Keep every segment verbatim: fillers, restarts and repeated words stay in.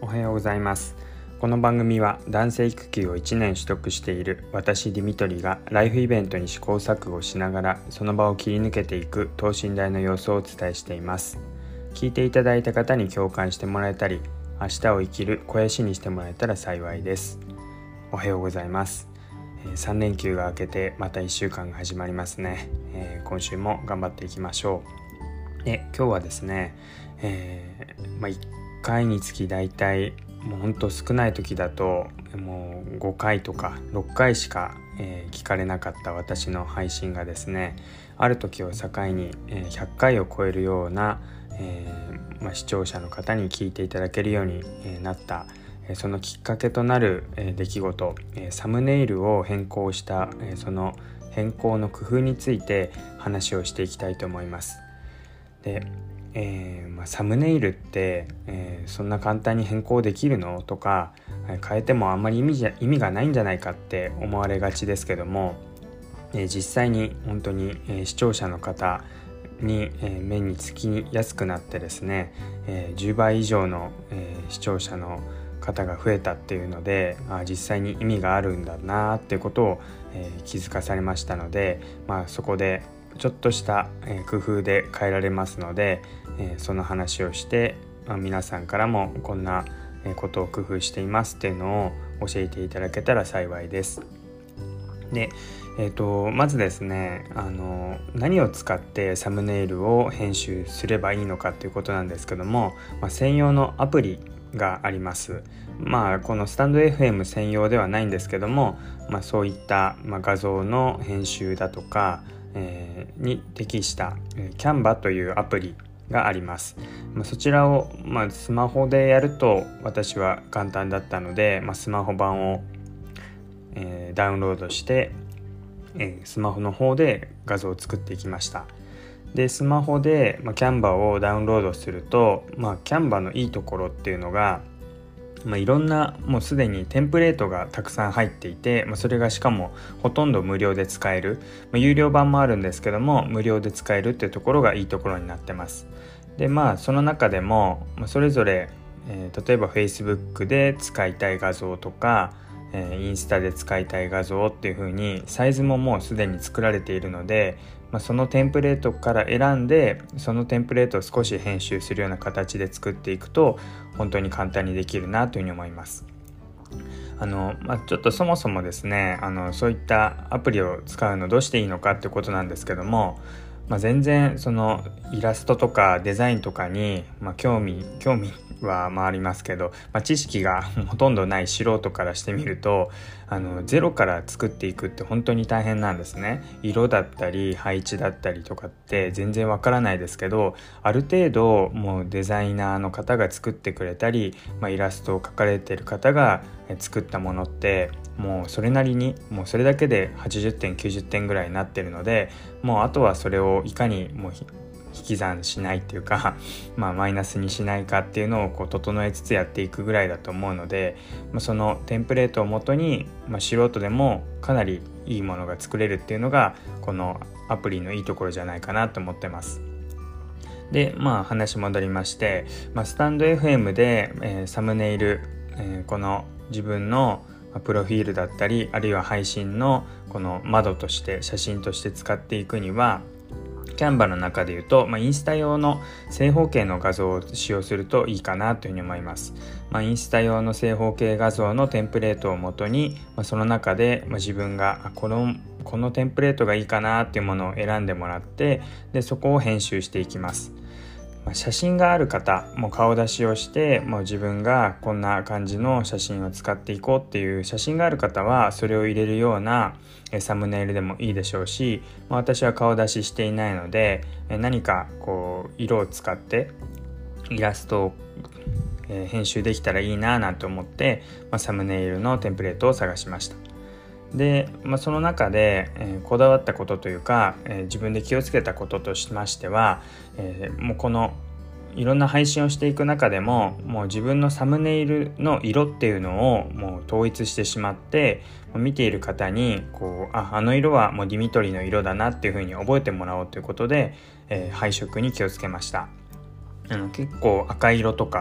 おはようございます。この番組は男性育休をいちねん取得している私ディミトリがライフイベントに試行錯誤しながらその場を切り抜けていく等身大の様子をお伝えしています。聞いていただいた方に共感してもらえたり、明日を生きる肥やしにしてもらえたら幸いです。おはようございます。さん連休が明けてまたいっしゅうかんが始まりますね。えー、今週も頑張っていきましょう。で、今日はですね、えーまあ、いっかいにつきだいたいもうほんと少ない時だともうごかいとかろっかいしか、えー、聞かれなかった私の配信がですね、ある時を境に、えー、ひゃっかいを超えるような、えーまあ、視聴者の方に聞いていただけるように、えー、なった、えー、そのきっかけとなる、えー、出来事、えー、サムネイルを変更した、えー、その変更の工夫について話をしていきたいと思います。でえーまあ、サムネイルって、えー、そんな簡単に変更できるのとか、変えてもあんまり意味じゃ意味がないんじゃないかって思われがちですけども、えー、実際に本当に、えー、視聴者の方に、えー、目につきやすくなってですね、えー、じゅうばい以上の、えー、視聴者の方が増えたっていうので、まあ、実際に意味があるんだなっていうことを、えー、気づかされましたので、まあ、そこでちょっとした、えー、工夫で変えられますので、えー、その話をして、まあ、皆さんからもこんなことを工夫していますっていうのを教えていただけたら幸いです。で、えーと、まずですね、あの何を使ってサムネイルを編集すればいいのかっていうことなんですけども、まあ、専用のアプリがあります。まあこのスタンド エフエム 専用ではないんですけども、まあ、そういった、まあ、画像の編集だとか、えー、に適した、えー、キャンバというアプリがあります。まあ、そちらを、まあ、スマホでやると私は簡単だったので、まあ、スマホ版を、えー、ダウンロードして、えー、スマホの方で画像を作っていきました。でスマホで、まあ、キャンバをダウンロードすると、まあ、キャンバのいいところっていうのが、まあ、いろんなもうすでにテンプレートがたくさん入っていて、まあ、それがしかもほとんど無料で使える、まあ、有料版もあるんですけども無料で使えるっていうところがいいところになってます。でまあその中でも、まあ、それぞれ、えー、例えば Facebook で使いたい画像とか、えー、インスタで使いたい画像っていう風にサイズももうすでに作られているので、まあ、そのテンプレートから選んでそのテンプレートを少し編集するような形で作っていくと本当に簡単にできるなというふうに思います。あの、まあ、ちょっとそもそもですね、あのそういったアプリを使うのどうしていいのかってことなんですけども、まあ、全然そのイラストとかデザインとかに、まあ、興味興味はまあありますけど、まあ、知識がほとんどない素人からしてみるとあのゼロから作っていくって本当に大変なんですね。色だったり配置だったりとかって全然わからないですけど、ある程度もうデザイナーの方が作ってくれたり、まあ、イラストを描かれている方が作ったものってもうそれなりにもうそれだけではちじゅってんきゅうじゅってんぐらいになってるので、もうあとはそれをいかにもう引き算しないっていうかまあマイナスにしないかっていうのをこう整えつつやっていくぐらいだと思うので、まあ、そのテンプレートをもとに、まあ、素人でもかなりいいものが作れるっていうのがこのアプリのいいところじゃないかなと思ってます。でまあ話戻りまして、まあ、スタンド エフエム で、えー、サムネイル、えー、この自分のプロフィールだったりあるいは配信のこの窓として写真として使っていくにはキャンバの中でいうと、まあ、インスタ用の正方形の画像を使用するといいかなというふうに思います。まあ、インスタ用の正方形画像のテンプレートをもとに、まあ、その中で、まあ、自分がこのこのテンプレートがいいかなっていうものを選んでもらって、でそこを編集していきます。まあ、写真がある方も顔出しをしてもう自分がこんな感じの写真を使っていこうっていう写真がある方はそれを入れるようなサムネイルでもいいでしょうし、まあ、私は顔出ししていないので何かこう色を使ってイラストを編集できたらいいななんて思って、まあ、サムネイルのテンプレートを探しました。で、まあ、その中で、えー、こだわったことというか、えー、自分で気をつけたこととしましては、えー、もうこのいろんな配信をしていく中でももう自分のサムネイルの色っていうのをもう統一してしまって見ている方にこう あ, あの色はもうディミトリの色だなっていうふうに覚えてもらおうということで、えー、配色に気をつけました。あの結構赤色とか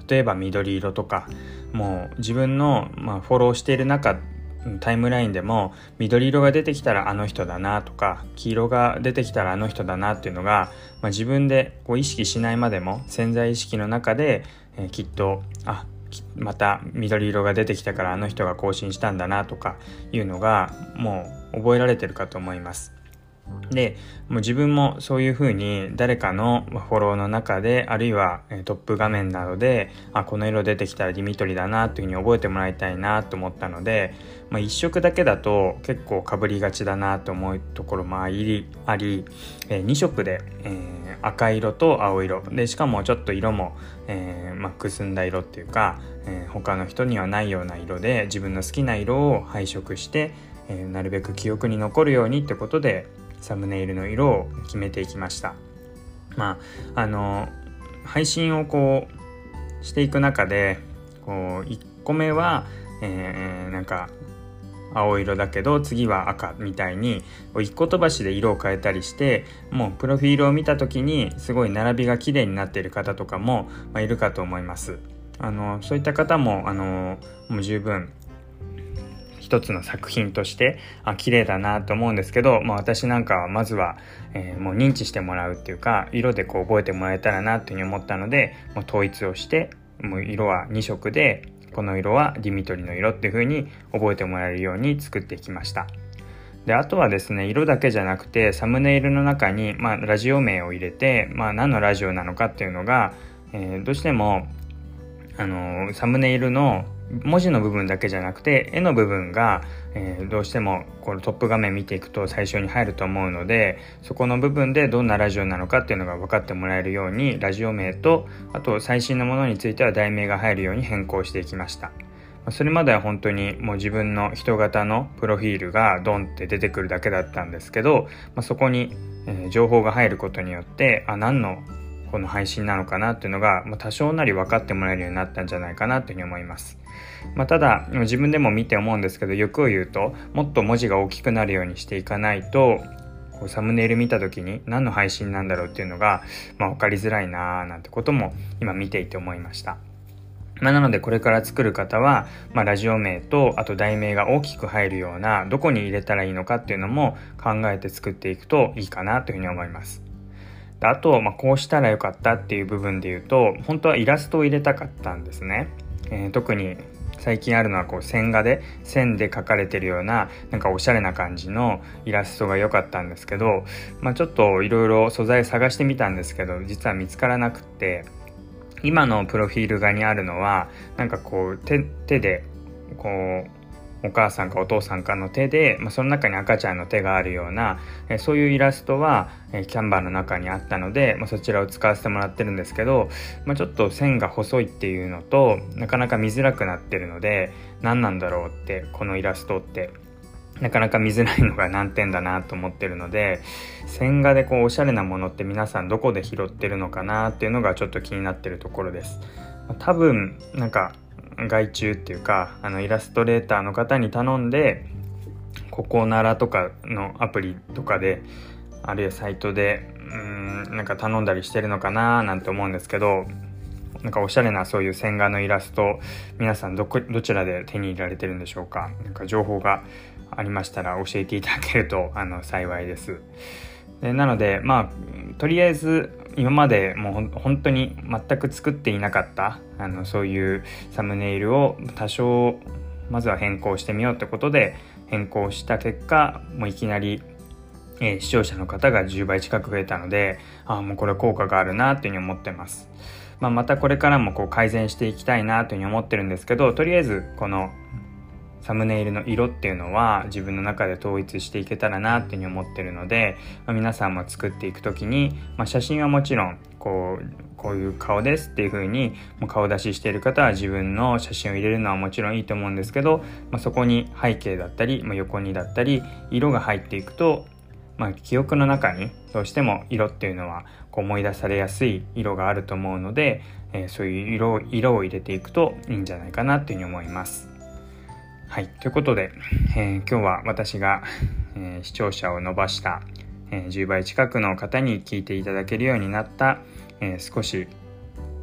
例えば緑色とか、もう自分の、まあ、フォローしている中タイムラインでも緑色が出てきたらあの人だなとか、黄色が出てきたらあの人だなっていうのが、まあ、自分でこう意識しないまでも潜在意識の中で、えー、きっとあまた緑色が出てきたからあの人が更新したんだなとかいうのがもう覚えられてるかと思います。でもう自分もそういう風に誰かのフォローの中で、あるいはトップ画面などであこの色出てきたらディミトリだなという風に覚えてもらいたいなと思ったので、まあ、一色だけだと結構被りがちだなと思うところもあり、ありえー、に色で、えー、赤色と青色で、しかもちょっと色も、えーまあ、くすんだ色っていうか、えー、他の人にはないような色で自分の好きな色を配色して、えー、なるべく記憶に残るようにってことでサムネイルの色を決めていきました。まああの配信をこうしていく中でこういっこめは、えー、なんか青色だけど次は赤みたいに一個飛ばしで色を変えたりして、もうプロフィールを見た時にすごい並びが綺麗になっている方とかも、まあ、いるかと思います。あのそういった方もあのもう十分一つの作品としてあ綺麗だなと思うんですけど、まあ、私なんかはまずは、えー、もう認知してもらうっていうか、色でこう覚えてもらえたらなというふうに思ったので、もう統一をしてもう色はに色で、この色はディミトリの色っていうふうに覚えてもらえるように作っていきました。であとはですね、色だけじゃなくてサムネイルの中に、まあ、ラジオ名を入れて、まあ、何のラジオなのかっていうのが、えー、どうしてもあのサムネイルの文字の部分だけじゃなくて絵の部分が、えー、どうしてもこのトップ画面見ていくと最初に入ると思うので、そこの部分でどんなラジオなのかっていうのが分かってもらえるように、ラジオ名とあと最新のものについては題名が入るように変更していきました。それまでは本当にもう自分の人型のプロフィールがドンって出てくるだけだったんですけど、まあ、そこに、えー、情報が入ることによってあ何のこの配信なのかなっていうのが、まあ、多少なり分かってもらえるようになったんじゃないかなというふうに思います。まあ、ただ自分でも見て思うんですけど、欲を言うともっと文字が大きくなるようにしていかないと、こうサムネイル見た時に何の配信なんだろうっていうのが、まあ、分かりづらいななんてことも今見ていて思いました。まあ、なのでこれから作る方は、まあ、ラジオ名とあと題名が大きく入るような、どこに入れたらいいのかっていうのも考えて作っていくといいかなというふうに思います。あと、まあ、こうしたらよかったっていう部分で言うと、本当はイラストを入れたかったんですね。えー、特に最近あるのはこう線画で線で描かれてるようななんかおしゃれな感じのイラストが良かったんですけど、まあ、ちょっといろいろ素材探してみたんですけど実は見つからなくって、今のプロフィール画にあるのはなんかこう 手, 手でこうお母さんかお父さんかの手で、まあ、その中に赤ちゃんの手があるような、えー、そういうイラストは、えー、キャンバーの中にあったので、まあ、そちらを使わせてもらってるんですけど、まあ、ちょっと線が細いっていうのとなかなか見づらくなってるので、何なんだろうって、このイラストってなかなか見づらいのが難点だなと思ってるので、線画でこうおしゃれなものって皆さんどこで拾ってるのかなっていうのがちょっと気になってるところです。まあ、多分なんか外注っていうかあのイラストレーターの方に頼んでココナラとかのアプリとかで、あるいはサイトでうーんなんか頼んだりしてるのかななんて思うんですけど、なんかおしゃれなそういう線画のイラスト皆さんどこどちらで手に入れられてるんでしょうか。なんか情報がありましたら教えていただけるとあの幸いです。でなのでまあとりあえず今までもう本当に全く作っていなかったあのそういうサムネイルを多少まずは変更してみようってことで変更した結果、もういきなり、えー、視聴者の方がじゅうばい近く増えたので、あもうこれ効果があるなっていうふうに思ってます。まあ、またこれからもこう改善していきたいなというふうに思ってるんですけど、とりあえずこのサムネイルの色っていうのは自分の中で統一していけたらなっていうふうに思ってるので、まあ、皆さんも作っていくときに、まあ、写真はもちろんこうこういう顔ですっていう風にもう顔出ししている方は自分の写真を入れるのはもちろんいいと思うんですけど、まあ、そこに背景だったり、まあ、横にだったり色が入っていくと、まあ、記憶の中にどうしても色っていうのはこう思い出されやすい色があると思うので、えー、そういう色を、色を入れていくといいんじゃないかなというふうに思います。はい、ということで、えー、今日は私が、えー、視聴者を伸ばした、えー、じゅうばい近くの方に聞いていただけるようになった、えー、少し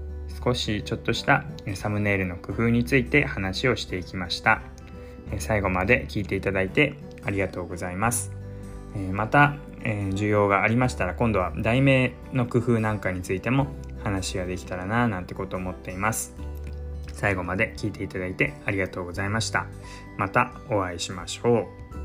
少しちょっとしたサムネイルの工夫について話をしていきました。最後まで聞いていただいてありがとうございます。また需要がありましたら今度は題名の工夫なんかについても話ができたらななんてことを思っています。最後まで聞いていただいてありがとうございました。またお会いしましょう。